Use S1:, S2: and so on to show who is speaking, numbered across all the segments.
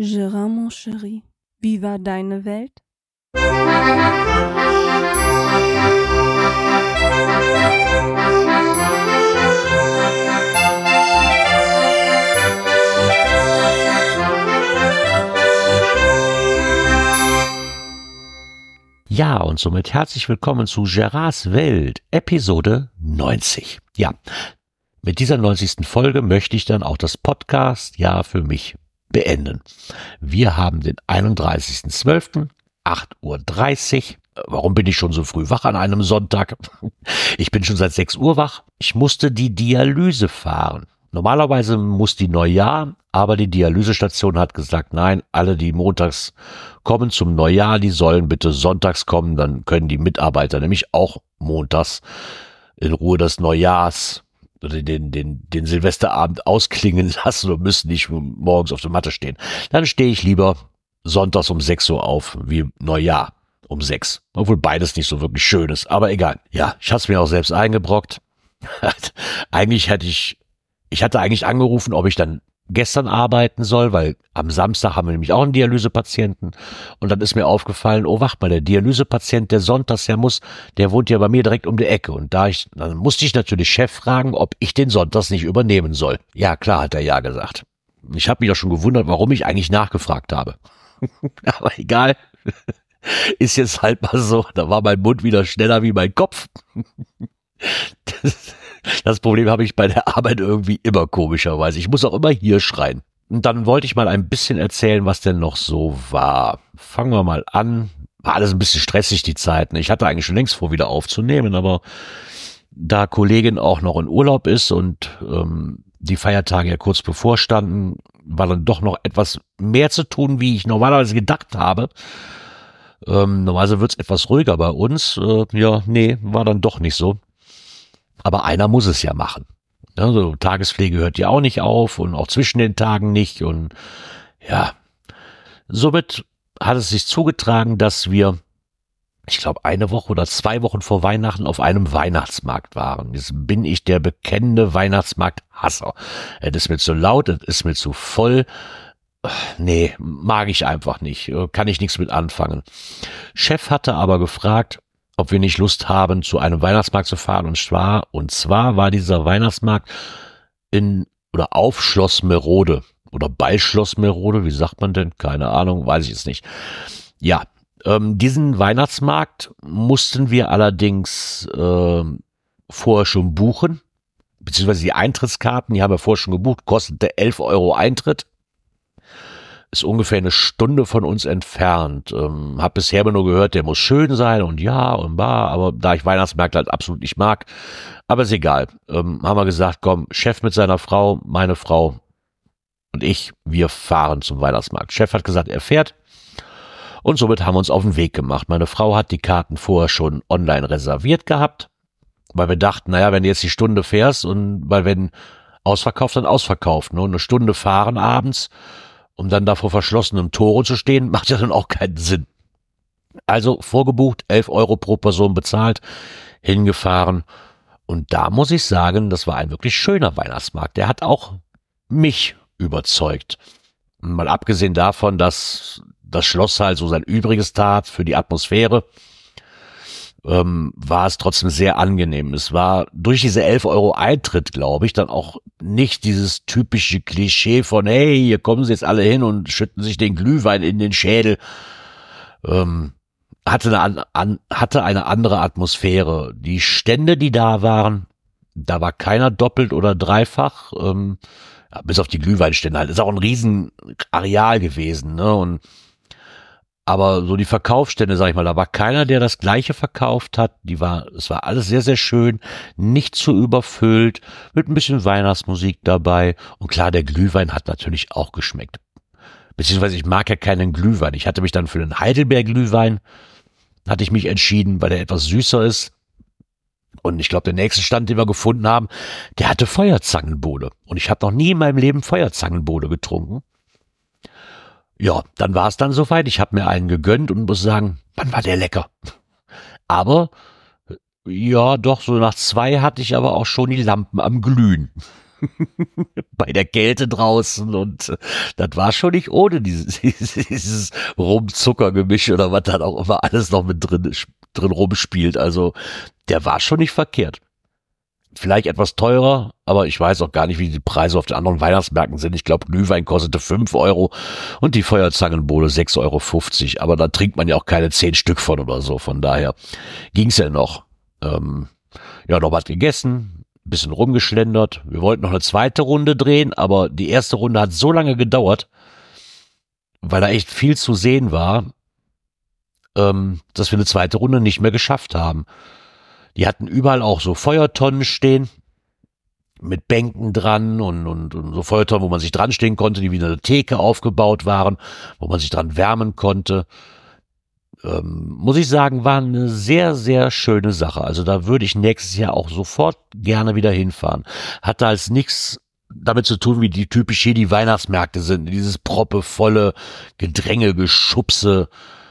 S1: Gérard, mon chéri, wie war deine Welt?
S2: Ja, und somit herzlich willkommen zu Gérards Welt, Episode 90. Ja, mit dieser 90. Folge möchte ich dann auch das Podcast-Jahr für mich beenden. Wir haben den 31.12., 8:30 Uhr. Warum bin ich schon so früh wach an einem Sonntag? Ich bin schon seit 6 Uhr wach. Ich musste die Dialyse fahren. Normalerweise muss die Neujahr, aber die Dialysestation hat gesagt, nein, alle, die montags kommen zum Neujahr, die sollen bitte sonntags kommen, dann können die Mitarbeiter nämlich auch montags in Ruhe das Neujahrs oder den Silvesterabend ausklingen lassen und müssen nicht morgens auf der Matte stehen. Dann stehe ich lieber sonntags um 6 Uhr auf, wie Neujahr um 6. Obwohl beides nicht so wirklich schön ist, aber egal. Ja, ich hatte es mir auch selbst eingebrockt. Ich hatte eigentlich angerufen, ob ich dann gestern arbeiten soll, weil am Samstag haben wir nämlich auch einen Dialysepatienten und dann ist mir aufgefallen, oh wach mal, der Dialysepatient, der sonntags der wohnt ja bei mir direkt um die Ecke und dann musste ich natürlich Chef fragen, ob ich den sonntags nicht übernehmen soll. Ja, klar, hat er ja gesagt. Ich habe mich doch schon gewundert, warum ich eigentlich nachgefragt habe. Aber egal, ist jetzt halt mal so, da war mein Mund wieder schneller wie mein Kopf. Das Problem habe ich bei der Arbeit irgendwie immer komischerweise. Ich muss auch immer hier schreien. Und dann wollte ich mal ein bisschen erzählen, was denn noch so war. Fangen wir mal an. War alles ein bisschen stressig, die Zeiten. Ich hatte eigentlich schon längst vor, wieder aufzunehmen, aber da Kollegin auch noch in Urlaub ist und die Feiertage ja kurz bevorstanden, war dann doch noch etwas mehr zu tun, wie ich normalerweise gedacht habe. Normalerweise wird es etwas ruhiger bei uns. War dann doch nicht so. Aber einer muss es ja machen. Also Tagespflege hört ja auch nicht auf und auch zwischen den Tagen nicht. Und ja, somit hat es sich zugetragen, dass wir, ich glaube, 1 Woche oder 2 Wochen vor Weihnachten auf einem Weihnachtsmarkt waren. Jetzt bin ich der bekennende Weihnachtsmarkt-Hasser. Es ist mir zu laut, es ist mir zu voll. Nee, mag ich einfach nicht. Kann ich nichts mit anfangen. Chef hatte aber gefragt, ob wir nicht Lust haben, zu einem Weihnachtsmarkt zu fahren. Und zwar war dieser Weihnachtsmarkt auf Schloss Merode oder bei Schloss Merode. Wie sagt man denn? Keine Ahnung, weiß ich jetzt nicht. Ja, diesen Weihnachtsmarkt mussten wir allerdings vorher schon buchen, beziehungsweise die Eintrittskarten, die haben wir vorher schon gebucht, kostete 11 Euro Eintritt. Ist ungefähr 1 Stunde von uns entfernt. Hab bisher nur gehört, der muss schön sein und ja und bar, aber da ich Weihnachtsmärkte halt absolut nicht mag, aber ist egal. Haben wir gesagt, komm, Chef mit seiner Frau, meine Frau und ich, wir fahren zum Weihnachtsmarkt. Chef hat gesagt, er fährt und somit haben wir uns auf den Weg gemacht. Meine Frau hat die Karten vorher schon online reserviert gehabt, weil wir dachten, naja, wenn du jetzt die Stunde fährst weil wenn ausverkauft, dann ausverkauft, ne? Und 1 Stunde fahren abends, um dann da vor verschlossenen Toren zu stehen, macht ja dann auch keinen Sinn. Also vorgebucht, 11 Euro pro Person bezahlt, hingefahren. Und da muss ich sagen, das war ein wirklich schöner Weihnachtsmarkt. Der hat auch mich überzeugt. Mal abgesehen davon, dass das Schloss halt so sein Übriges tat für die Atmosphäre, war es trotzdem sehr angenehm. Es war durch diese 11 Euro Eintritt, glaube ich, dann auch nicht dieses typische Klischee von, hey, hier kommen sie jetzt alle hin und schütten sich den Glühwein in den Schädel. Hatte eine andere Atmosphäre. Die Stände, die da waren, da war keiner doppelt oder dreifach, bis auf die Glühweinstände halt. Ist auch ein riesen Areal gewesen, ne? Aber so die Verkaufsstände, sag ich mal, da war keiner, der das Gleiche verkauft hat. Es war alles sehr, sehr schön, nicht zu überfüllt, mit ein bisschen Weihnachtsmusik dabei. Und klar, der Glühwein hat natürlich auch geschmeckt. Beziehungsweise ich mag ja keinen Glühwein. Ich hatte mich dann für den Heidelbeer-Glühwein, hatte ich mich entschieden, weil der etwas süßer ist. Und ich glaube, der nächste Stand, den wir gefunden haben, der hatte Feuerzangenbowle. Und ich habe noch nie in meinem Leben Feuerzangenbowle getrunken. Ja, dann war es dann soweit. Ich habe mir einen gegönnt und muss sagen, wann war der lecker. Aber, ja, doch, so nach 2 hatte ich aber auch schon die Lampen am Glühen. bei der Kälte draußen und das war schon nicht ohne dieses Rum-Zucker-Gemisch oder was dann auch immer alles noch mit drin rumspielt. Also der war schon nicht verkehrt. Vielleicht etwas teurer, aber ich weiß auch gar nicht, wie die Preise auf den anderen Weihnachtsmärkten sind. Ich glaube, Glühwein kostete 5 Euro und die Feuerzangenbowle 6,50 Euro. Aber da trinkt man ja auch keine 10 Stück von oder so. Von daher ging's ja noch. Ja, noch was gegessen, bisschen rumgeschlendert. Wir wollten noch eine zweite Runde drehen, aber die erste Runde hat so lange gedauert, weil da echt viel zu sehen war, dass wir eine zweite Runde nicht mehr geschafft haben. Die hatten überall auch so Feuertonnen stehen, mit Bänken dran und so Feuertonnen, wo man sich dran stehen konnte, die wie eine Theke aufgebaut waren, wo man sich dran wärmen konnte. Muss ich sagen, war eine sehr, sehr schöne Sache. Also da würde ich nächstes Jahr auch sofort gerne wieder hinfahren. Hatte als nichts damit zu tun, wie die typisch hier die Weihnachtsmärkte sind. Dieses proppevolle Gedränge, Geschubse,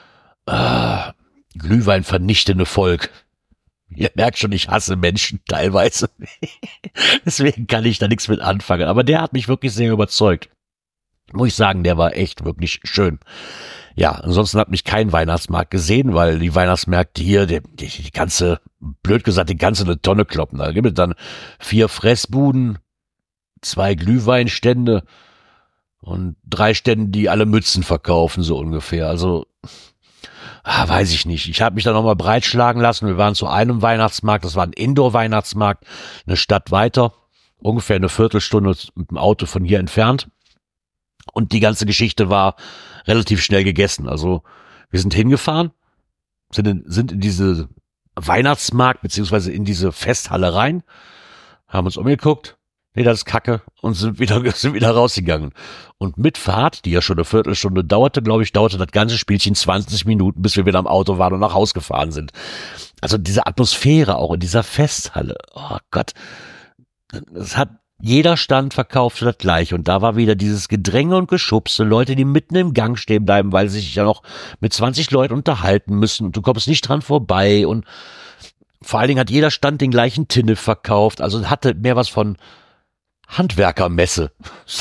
S2: Glühwein vernichtende Volk. Ihr merkt schon, ich hasse Menschen teilweise. Deswegen kann ich da nichts mit anfangen. Aber der hat mich wirklich sehr überzeugt. Muss ich sagen, der war echt wirklich schön. Ja, ansonsten hat mich kein Weihnachtsmarkt gesehen, weil die Weihnachtsmärkte hier, die ganze, blöd gesagt, die ganze eine Tonne kloppen. Da gibt es dann 4 Fressbuden, 2 Glühweinstände und 3 Stände, die alle Mützen verkaufen, so ungefähr. Also, weiß ich nicht. Ich habe mich da nochmal breitschlagen lassen. Wir waren zu einem Weihnachtsmarkt, das war ein Indoor-Weihnachtsmarkt, eine Stadt weiter, ungefähr eine Viertelstunde mit dem Auto von hier entfernt. Und die ganze Geschichte war relativ schnell gegessen. Also wir sind hingefahren, sind in diese Weihnachtsmarkt beziehungsweise in diese Festhalle rein, haben uns umgeguckt, nee, das ist Kacke und sind wieder rausgegangen. Und mit Fahrt, die ja schon eine Viertelstunde dauerte, glaube ich, dauerte das ganze Spielchen 20 Minuten, bis wir wieder am Auto waren und nach Haus gefahren sind. Also diese Atmosphäre auch in dieser Festhalle, oh Gott, es hat jeder Stand verkaufte das gleiche und da war wieder dieses Gedränge und Geschubse, Leute, die mitten im Gang stehen bleiben, weil sie sich ja noch mit 20 Leuten unterhalten müssen und du kommst nicht dran vorbei und vor allen Dingen hat jeder Stand den gleichen Tinnef verkauft, also hatte mehr was von Handwerkermesse.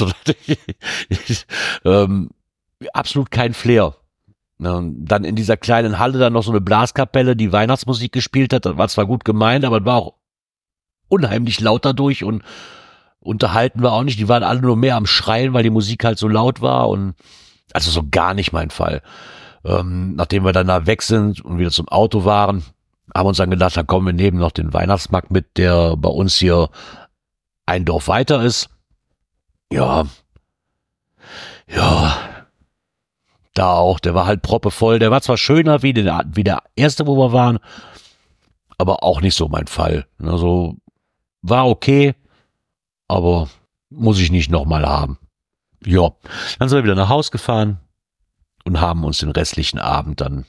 S2: Absolut kein Flair. Dann in dieser kleinen Halle dann noch so eine Blaskapelle, die Weihnachtsmusik gespielt hat, das war zwar gut gemeint, aber es war auch unheimlich laut dadurch und unterhalten wir auch nicht, die waren alle nur mehr am Schreien, weil die Musik halt so laut war und also so gar nicht mein Fall. Nachdem wir dann da weg sind und wieder zum Auto waren, haben wir uns dann gedacht, dann kommen wir neben noch den Weihnachtsmarkt mit, der bei uns hier ein Dorf weiter ist. Ja, da auch, der war halt proppevoll, der war zwar schöner wie der erste, wo wir waren, aber auch nicht so mein Fall. Also war okay, aber muss ich nicht nochmal haben. Ja, dann sind wir wieder nach Haus gefahren und haben uns den restlichen Abend dann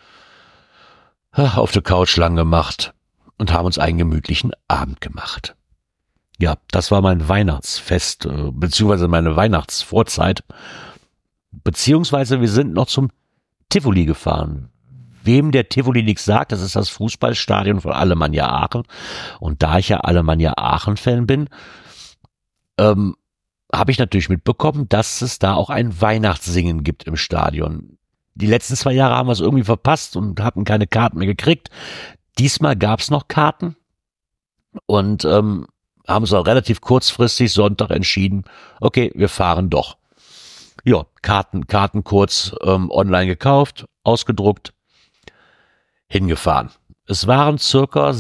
S2: auf der Couch lang gemacht und haben uns einen gemütlichen Abend gemacht. Ja, das war mein Weihnachtsfest, beziehungsweise meine Weihnachtsvorzeit. Beziehungsweise wir sind noch zum Tivoli gefahren. Wem der Tivoli nichts sagt, das ist das Fußballstadion von Alemannia Aachen. Und da ich ja Alemannia Aachen-Fan bin, habe ich natürlich mitbekommen, dass es da auch ein Weihnachtssingen gibt im Stadion. Die letzten 2 Jahre haben wir es irgendwie verpasst und hatten keine Karten mehr gekriegt. Diesmal gab es noch Karten und haben uns auch relativ kurzfristig Sonntag entschieden, okay, wir fahren doch. Ja, Karten kurz online gekauft, ausgedruckt, hingefahren. Es waren circa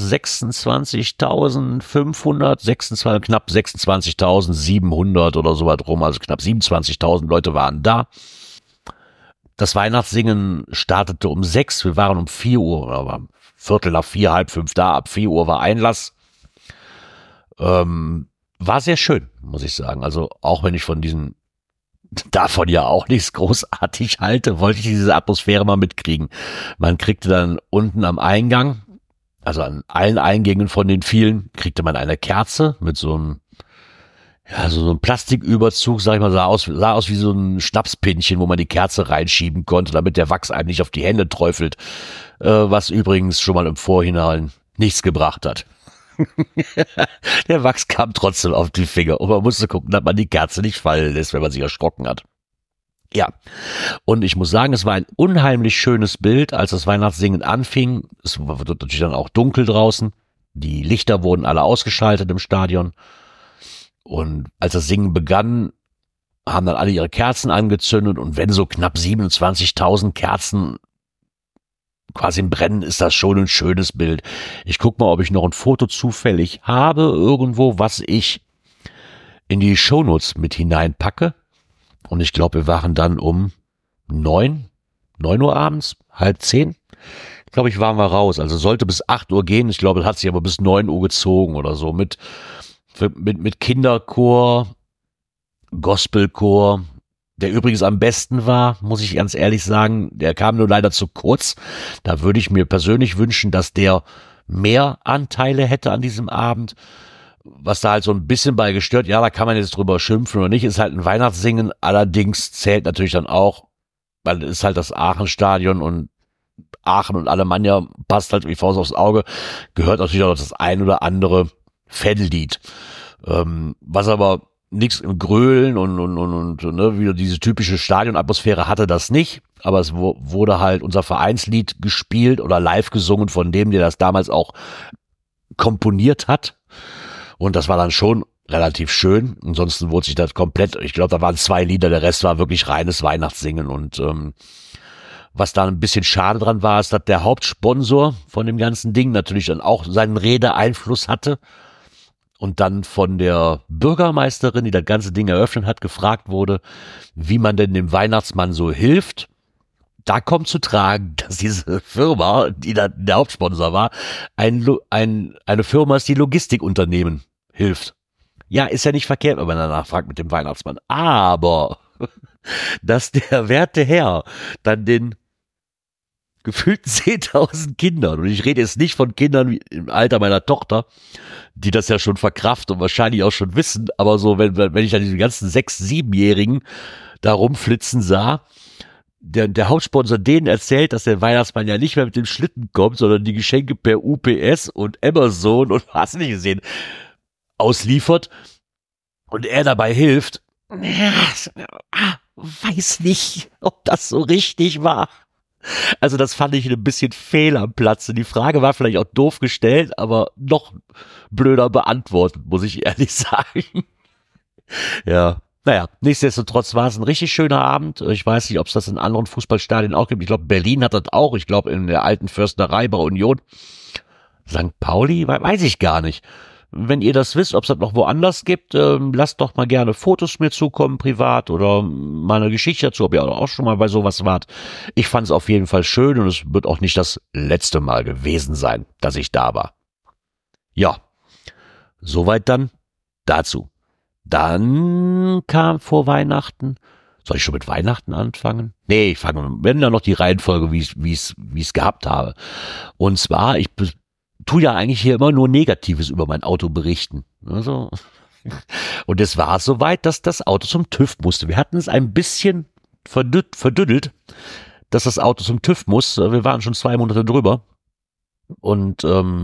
S2: 26.500, knapp 26.700 oder so weit rum, also knapp 27.000 Leute waren da. Das Weihnachtssingen startete um 6, wir waren um 4 Uhr, aber Viertel nach 4, halb 5 da, ab 4 Uhr war Einlass. War sehr schön, muss ich sagen. Also auch wenn ich davon ja auch nichts großartig halte, wollte ich diese Atmosphäre mal mitkriegen. Man kriegte dann unten am Eingang, also an allen Eingängen von den vielen, kriegte man eine Kerze mit so einem Plastiküberzug, sag ich mal, sah aus wie so ein Schnapspinnchen, wo man die Kerze reinschieben konnte, damit der Wachs einem nicht auf die Hände träufelt, was übrigens schon mal im Vorhinein nichts gebracht hat. Der Wachs kam trotzdem auf die Finger und man musste gucken, dass man die Kerze nicht fallen lässt, wenn man sich erschrocken hat. Ja, und ich muss sagen, es war ein unheimlich schönes Bild, als das Weihnachtssingen anfing. Es war natürlich dann auch dunkel draußen. Die Lichter wurden alle ausgeschaltet im Stadion. Und als das Singen begann, haben dann alle ihre Kerzen angezündet. Und wenn so knapp 27.000 Kerzen quasi im Brennen, ist das schon ein schönes Bild. Ich guck mal, ob ich noch ein Foto zufällig habe irgendwo, was ich in die Shownotes mit hineinpacke. Und ich glaube, wir waren dann um 9 Uhr abends, 9:30. Glaube ich, waren wir raus. Also sollte bis 8 Uhr gehen. Ich glaube, es hat sich aber bis 9 Uhr gezogen oder so. Mit Kinderchor, Gospelchor, der übrigens am besten war, muss ich ganz ehrlich sagen. Der kam nur leider zu kurz. Da würde ich mir persönlich wünschen, dass der mehr Anteile hätte an diesem Abend. Was da halt so ein bisschen bei gestört, ja, da kann man jetzt drüber schimpfen oder nicht, ist halt ein Weihnachtssingen. Allerdings zählt natürlich dann auch, weil es ist halt das Aachen-Stadion und Aachen und Alemannia passt halt wie Faust aufs Auge, gehört natürlich auch das ein oder andere Fanlied. Was aber nichts im Grölen und ne, wieder diese typische Stadionatmosphäre hatte das nicht, aber es wurde halt unser Vereinslied gespielt oder live gesungen von dem, der das damals auch komponiert hat. Und das war dann schon relativ schön. Ansonsten wurde sich das komplett, ich glaube, da waren 2 Lieder, der Rest war wirklich reines Weihnachtssingen. Und was da ein bisschen schade dran war, ist, dass der Hauptsponsor von dem ganzen Ding natürlich dann auch seinen Redeeinfluss hatte. Und dann von der Bürgermeisterin, die das ganze Ding eröffnet hat, gefragt wurde, wie man denn dem Weihnachtsmann so hilft. Da kommt zu tragen, dass diese Firma, die da der Hauptsponsor war, eine Firma ist, die Logistikunternehmen hilft. Ja, ist ja nicht verkehrt, wenn man danach fragt mit dem Weihnachtsmann. Aber, dass der werte Herr dann den gefühlten 10.000 Kindern, und ich rede jetzt nicht von Kindern wie im Alter meiner Tochter, die das ja schon verkraften und wahrscheinlich auch schon wissen, aber so, wenn ich dann diese ganzen 6-, 7-Jährigen da rumflitzen sah, der Hauptsponsor denen erzählt, dass der Weihnachtsmann ja nicht mehr mit dem Schlitten kommt, sondern die Geschenke per UPS und Amazon und hast nicht gesehen, ausliefert und er dabei hilft. Weiß nicht, ob das so richtig war. Also das fand ich ein bisschen fehl am Platze. Die Frage war vielleicht auch doof gestellt, aber noch blöder beantwortet, muss ich ehrlich sagen. Ja. Naja, nichtsdestotrotz war es ein richtig schöner Abend. Ich weiß nicht, ob es das in anderen Fußballstadien auch gibt. Ich glaube, Berlin hat das auch. Ich glaube, in der alten Försterei bei Union. St. Pauli? Weiß ich gar nicht. Wenn ihr das wisst, ob es das noch woanders gibt, lasst doch mal gerne Fotos mir zukommen, privat, oder mal eine Geschichte dazu, ob ihr auch schon mal bei sowas wart. Ich fand es auf jeden Fall schön und es wird auch nicht das letzte Mal gewesen sein, dass ich da war. Ja, soweit dann dazu. Dann kam vor Weihnachten. Soll ich schon mit Weihnachten anfangen? Nee, ich fange, wenn dann noch die Reihenfolge, wie ich es gehabt habe. Und zwar, ich tue ja eigentlich hier immer nur Negatives über mein Auto berichten. Also, und es war soweit, dass das Auto zum TÜV musste. Wir hatten es ein bisschen verdüttelt, dass das Auto zum TÜV muss. Wir waren schon 2 Monate drüber. Und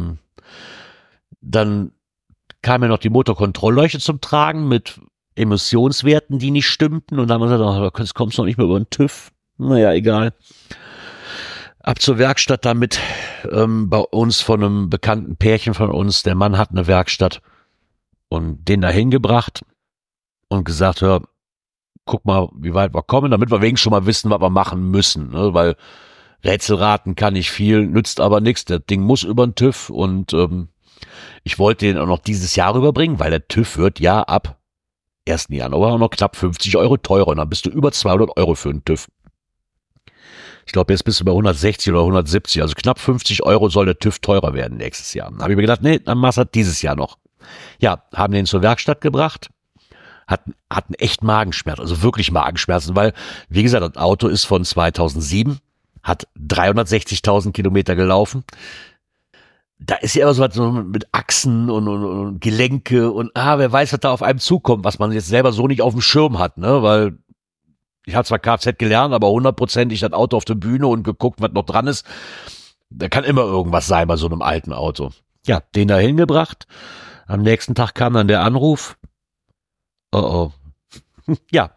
S2: dann kam ja noch die Motorkontrollleuchte zum Tragen mit Emissionswerten, die nicht stimmten. Und dann haben wir gesagt, jetzt kommst du noch nicht mehr über den TÜV. Naja, egal. Ab zur Werkstatt damit, bei uns von einem bekannten Pärchen von uns. Der Mann hat eine Werkstatt und den da hingebracht und gesagt, hör, guck mal, wie weit wir kommen, damit wir wenigstens schon mal wissen, was wir machen müssen. Ne? Weil Rätselraten kann nicht viel, nützt aber nichts. Das Ding muss über den TÜV und ich wollte den auch noch dieses Jahr rüberbringen, weil der TÜV wird ja ab 1. Januar auch noch knapp 50 Euro teurer. Und dann bist du über 200 Euro für einen TÜV. Ich glaube, jetzt bist du bei 160 oder 170. Also knapp 50 Euro soll der TÜV teurer werden nächstes Jahr. Dann habe ich mir gedacht, nee, dann machst du das dieses Jahr noch. Ja, haben den zur Werkstatt gebracht. Hatten echt Magenschmerzen, also wirklich Magenschmerzen, weil, wie gesagt, das Auto ist von 2007, hat 360.000 Kilometer gelaufen. Da ist ja immer so was so mit Achsen und Gelenke und wer weiß, was da auf einem zukommt, was man jetzt selber so nicht auf dem Schirm hat, ne, weil ich habe zwar Kfz gelernt, aber 100%ig das Auto auf der Bühne und geguckt, was noch dran ist. Da kann immer irgendwas sein bei so einem alten Auto. Ja, den da hingebracht. Am nächsten Tag kam dann der Anruf. Oh. Ja,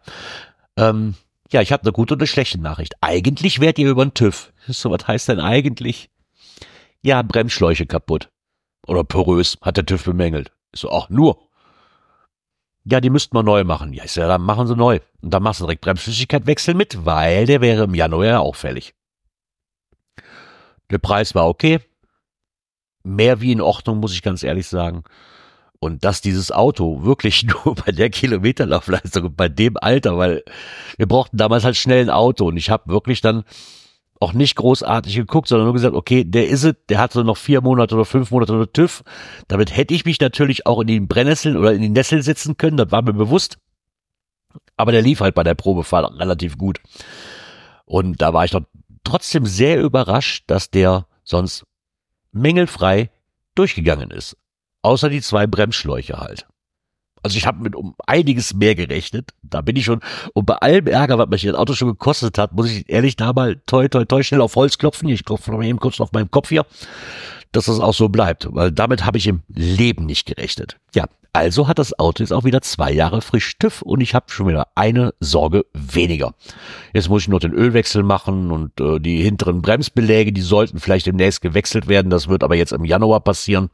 S2: ja, ich habe eine gute und eine schlechte Nachricht. Eigentlich wärt ihr über den TÜV. So, was heißt denn eigentlich? Ja, Bremsschläuche kaputt. Oder porös, hat der TÜV bemängelt. Ich so, ach, nur. Ja, die müssten wir neu machen. Ja, ich so, ja, dann machen sie neu. Und dann machst du direkt Bremsflüssigkeit wechseln mit, weil der wäre im Januar ja auch fällig. Der Preis war okay. Mehr wie in Ordnung, muss ich ganz ehrlich sagen. Und dass dieses Auto wirklich nur bei der Kilometerlaufleistung und bei dem Alter, weil wir brauchten damals halt schnell ein Auto und ich habe wirklich dann auch nicht großartig geguckt, sondern nur gesagt, okay, der ist es, der hat so noch 4 Monate oder 5 Monate oder TÜV. Damit hätte ich mich natürlich auch in den Brennnesseln oder in den Nesseln sitzen können, das war mir bewusst. Aber der lief halt bei der Probefahrt relativ gut. Und da war ich doch trotzdem sehr überrascht, dass der sonst mängelfrei durchgegangen ist. Außer die 2 Bremsschläuche halt. Also ich habe mit um einiges mehr gerechnet. Da bin ich schon, und bei allem Ärger, was mich das Auto schon gekostet hat, muss ich ehrlich da mal toi schnell auf Holz klopfen. Ich klopfe noch mal eben kurz auf meinem Kopf hier, dass das auch so bleibt. Weil damit habe ich im Leben nicht gerechnet. Ja, also hat das Auto jetzt auch wieder 2 Jahre frisch TÜV und ich habe schon wieder eine Sorge weniger. Jetzt muss ich nur den Ölwechsel machen und die hinteren Bremsbeläge, die sollten vielleicht demnächst gewechselt werden. Das wird aber jetzt im Januar passieren.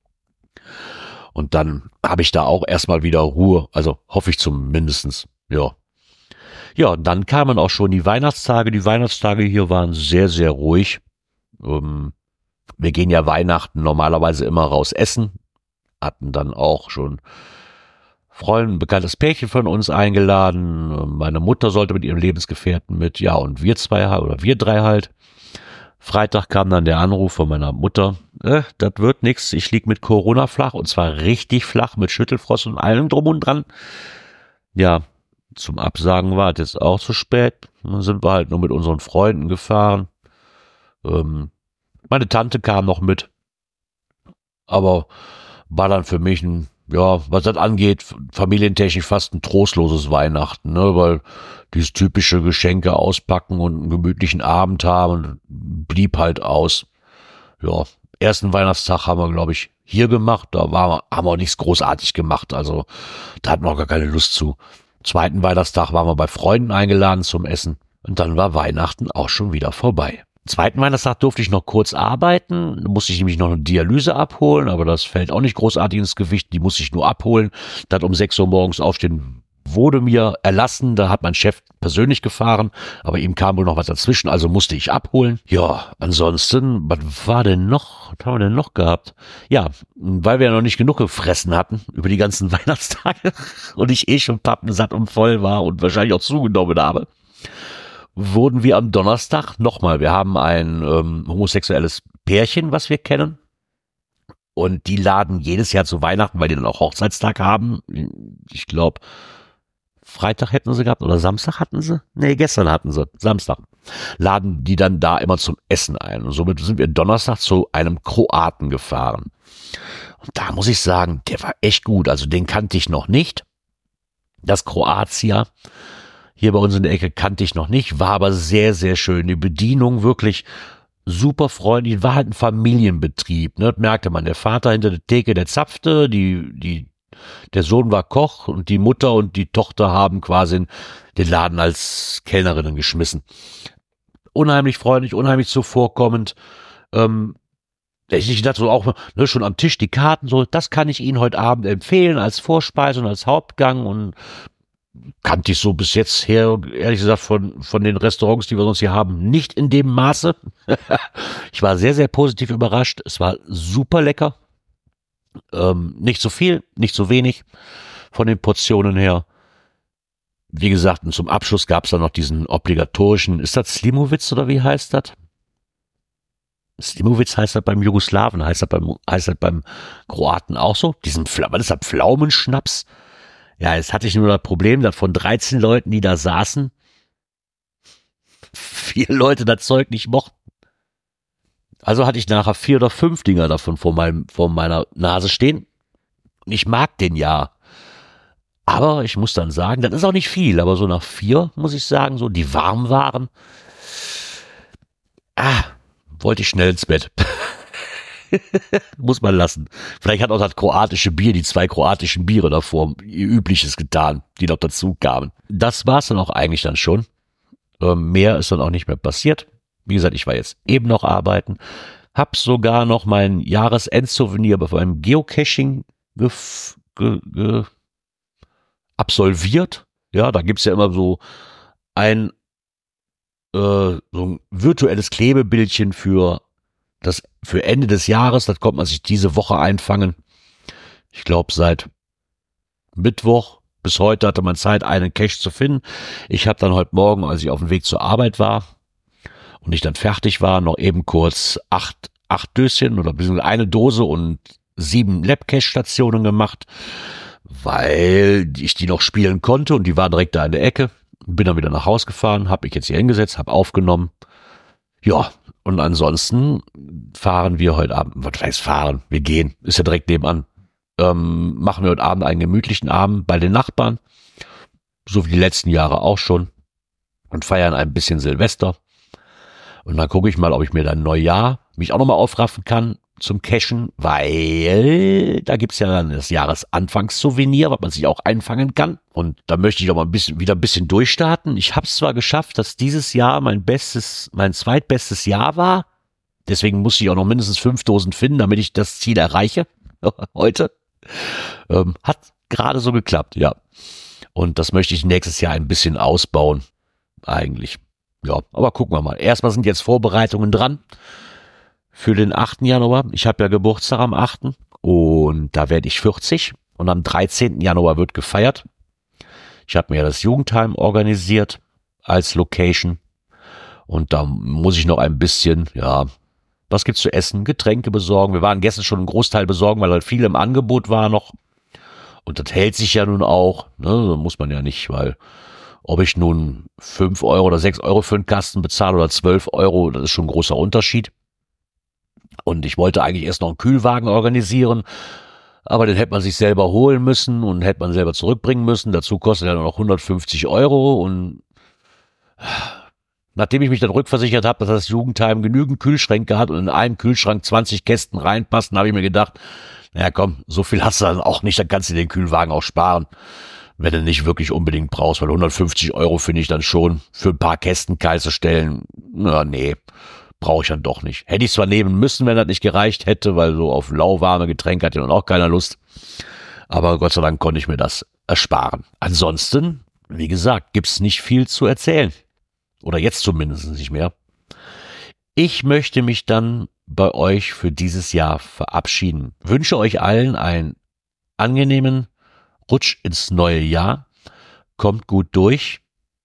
S2: Und dann habe ich da auch erstmal wieder Ruhe, also hoffe ich zumindestens, ja. Ja, und dann kamen auch schon die Weihnachtstage. Die Weihnachtstage hier waren sehr, sehr ruhig. Wir gehen ja Weihnachten normalerweise immer raus essen. Hatten dann auch schon Freunde, ein bekanntes Pärchen von uns eingeladen. Meine Mutter sollte mit ihrem Lebensgefährten mit, ja, und wir 2 oder wir 3 halt. Freitag kam dann der Anruf von meiner Mutter, das wird nix, ich lieg mit Corona flach und zwar richtig flach mit Schüttelfrost und allem drum und dran. Ja, zum Absagen war es jetzt auch zu spät. Dann sind wir halt nur mit unseren Freunden gefahren. Meine Tante kam noch mit, aber war dann für mich was das angeht, familientechnisch fast ein trostloses Weihnachten, ne, weil dieses typische Geschenke auspacken und einen gemütlichen Abend haben blieb halt aus. Ja, ersten Weihnachtstag haben wir, glaube ich, hier gemacht, haben wir auch nichts großartig gemacht, also da hatten wir auch gar keine Lust zu. Zweiten Weihnachtstag waren wir bei Freunden eingeladen zum Essen und dann war Weihnachten auch schon wieder vorbei. Zweiten Weihnachtstag durfte ich noch kurz arbeiten, da musste ich nämlich noch eine Dialyse abholen, aber das fällt auch nicht großartig ins Gewicht, die musste ich nur abholen. Das um 6 Uhr morgens aufstehen wurde mir erlassen, da hat mein Chef persönlich gefahren, aber ihm kam wohl noch was dazwischen, also musste ich abholen. Ja, ansonsten, was haben wir denn noch gehabt? Ja, weil wir ja noch nicht genug gefressen hatten über die ganzen Weihnachtstage und ich schon pappensatt und voll war und wahrscheinlich auch zugenommen habe, wurden wir am Donnerstag nochmal, wir haben ein homosexuelles Pärchen, was wir kennen, und die laden jedes Jahr zu Weihnachten, weil die dann auch Hochzeitstag haben, ich glaube, Freitag hätten sie gehabt oder Samstag hatten sie, gestern hatten sie, Samstag, laden die dann da immer zum Essen ein und somit sind wir Donnerstag zu einem Kroaten gefahren und da muss ich sagen, der war echt gut, also den kannte ich noch nicht, das Kroatia hier bei uns in der Ecke kannte ich noch nicht, war aber sehr, sehr schön. Die Bedienung wirklich super freundlich, war halt ein Familienbetrieb, ne? Das merkte man, der Vater hinter der Theke, der zapfte, der Sohn war Koch und die Mutter und die Tochter haben quasi den Laden als Kellnerinnen geschmissen. Unheimlich freundlich, unheimlich zuvorkommend. Ich dachte so auch, ne, schon am Tisch die Karten, so, das kann ich Ihnen heute Abend empfehlen als Vorspeise und als Hauptgang und kannte ich so bis jetzt her, ehrlich gesagt, von den Restaurants, die wir sonst hier haben, nicht in dem Maße. Ich war sehr, sehr positiv überrascht. Es war super lecker. Nicht so viel, nicht so wenig von den Portionen her. Wie gesagt, und zum Abschluss gab es dann noch diesen obligatorischen, ist das Slimowitz oder wie heißt das? Slimowitz heißt das beim Jugoslawen, heißt das beim Kroaten auch so? Was ist das, Pflaumenschnaps? Ja, jetzt hatte ich nur das Problem, dass von 13 Leuten, die da saßen, 4 Leute das Zeug nicht mochten. Also hatte ich nachher 4 oder 5 Dinger davon vor meiner Nase stehen. Und ich mag den ja. Aber ich muss dann sagen, das ist auch nicht viel, aber so nach 4, muss ich sagen, so die warm waren, wollte ich schnell ins Bett. Muss man lassen. Vielleicht hat auch das kroatische Bier, die 2 kroatischen Biere davor, ihr Übliches getan, die noch dazu kamen. Das war's dann auch eigentlich dann schon. Mehr ist dann auch nicht mehr passiert. Wie gesagt, ich war jetzt eben noch arbeiten. Hab sogar noch mein Jahresendsouvenir bei einem Geocaching absolviert. Ja, da gibt's ja immer so ein virtuelles Klebebildchen für Ende des Jahres. Das konnte man sich diese Woche einfangen. Ich glaube, seit Mittwoch bis heute hatte man Zeit, einen Cache zu finden. Ich habe dann heute Morgen, als ich auf dem Weg zur Arbeit war und ich dann fertig war, noch eben kurz 8 Döschen oder beziehungsweise eine Dose und 7 Lab-Cache-Stationen gemacht, weil ich die noch spielen konnte und die war direkt da in der Ecke. Bin dann wieder nach Hause gefahren, habe mich jetzt hier hingesetzt, habe aufgenommen. Ja, und ansonsten fahren wir heute Abend, was heißt fahren? Wir gehen, ist ja direkt nebenan. Machen wir heute Abend einen gemütlichen Abend bei den Nachbarn, so wie die letzten Jahre auch schon, und feiern ein bisschen Silvester. Und dann gucke ich mal, ob ich mir dann Neujahr mich auch nochmal aufraffen kann zum Cashen, weil da gibt's ja dann das Jahresanfangssouvenir, was man sich auch einfangen kann. Und da möchte ich auch mal wieder ein bisschen durchstarten. Ich habe es zwar geschafft, dass dieses Jahr mein zweitbestes Jahr war. Deswegen muss ich auch noch mindestens 5 Dosen finden, damit ich das Ziel erreiche. Heute. Hat gerade so geklappt, ja. Und das möchte ich nächstes Jahr ein bisschen ausbauen. Eigentlich. Ja, aber gucken wir mal. Erstmal sind jetzt Vorbereitungen dran für den 8. Januar. Ich habe ja Geburtstag am 8. Und da werde ich 40. Und am 13. Januar wird gefeiert. Ich habe mir ja das Jugendheim organisiert als Location. Und da muss ich noch ein bisschen, ja, was gibt's zu essen? Getränke besorgen. Wir waren gestern schon einen Großteil besorgen, weil halt viel im Angebot war noch. Und das hält sich ja nun auch. Ne? So muss man ja nicht, weil ob ich nun 5 Euro oder 6 Euro für einen Kasten bezahle oder 12 Euro, das ist schon ein großer Unterschied. Und ich wollte eigentlich erst noch einen Kühlwagen organisieren, aber den hätte man sich selber holen müssen und hätte man selber zurückbringen müssen. Dazu kostet er noch 150 Euro und nachdem ich mich dann rückversichert habe, dass das Jugendheim genügend Kühlschränke hat und in einen Kühlschrank 20 Kästen reinpassen, habe ich mir gedacht, naja komm, so viel hast du dann auch nicht, dann kannst du den Kühlwagen auch sparen, wenn du nicht wirklich unbedingt brauchst, weil 150 Euro finde ich dann schon für ein paar Kästen kalt zu stellen, na nee, brauche ich dann doch nicht. Hätte ich zwar nehmen müssen, wenn das nicht gereicht hätte, weil so auf lauwarme Getränke hat ja dann auch keiner Lust, aber Gott sei Dank konnte ich mir das ersparen. Ansonsten, wie gesagt, gibt's nicht viel zu erzählen. Oder jetzt zumindest nicht mehr. Ich möchte mich dann bei euch für dieses Jahr verabschieden. Wünsche euch allen einen angenehmen Rutsch ins neue Jahr. Kommt gut durch.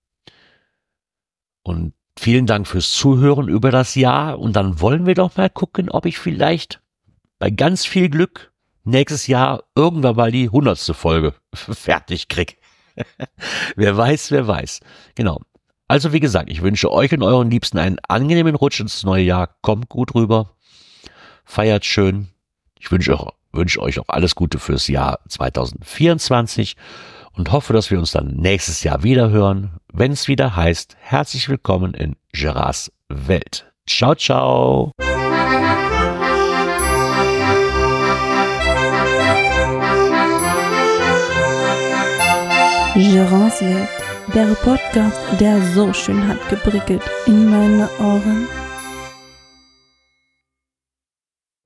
S2: Und vielen Dank fürs Zuhören über das Jahr. Und dann wollen wir doch mal gucken, ob ich vielleicht bei ganz viel Glück nächstes Jahr irgendwann mal die 100. Folge fertig krieg. Wer weiß, wer weiß. Genau. Also wie gesagt, ich wünsche euch und euren Liebsten einen angenehmen Rutsch ins neue Jahr. Kommt gut rüber. Feiert schön. Ich wünsche euch auch alles Gute fürs Jahr 2024 und hoffe, dass wir uns dann nächstes Jahr wieder hören, wenn es wieder heißt, herzlich willkommen in Gerards Welt. Ciao, ciao.
S1: Gerards Welt. Der Podcast, der so schön hat geprickelt in meine Ohren.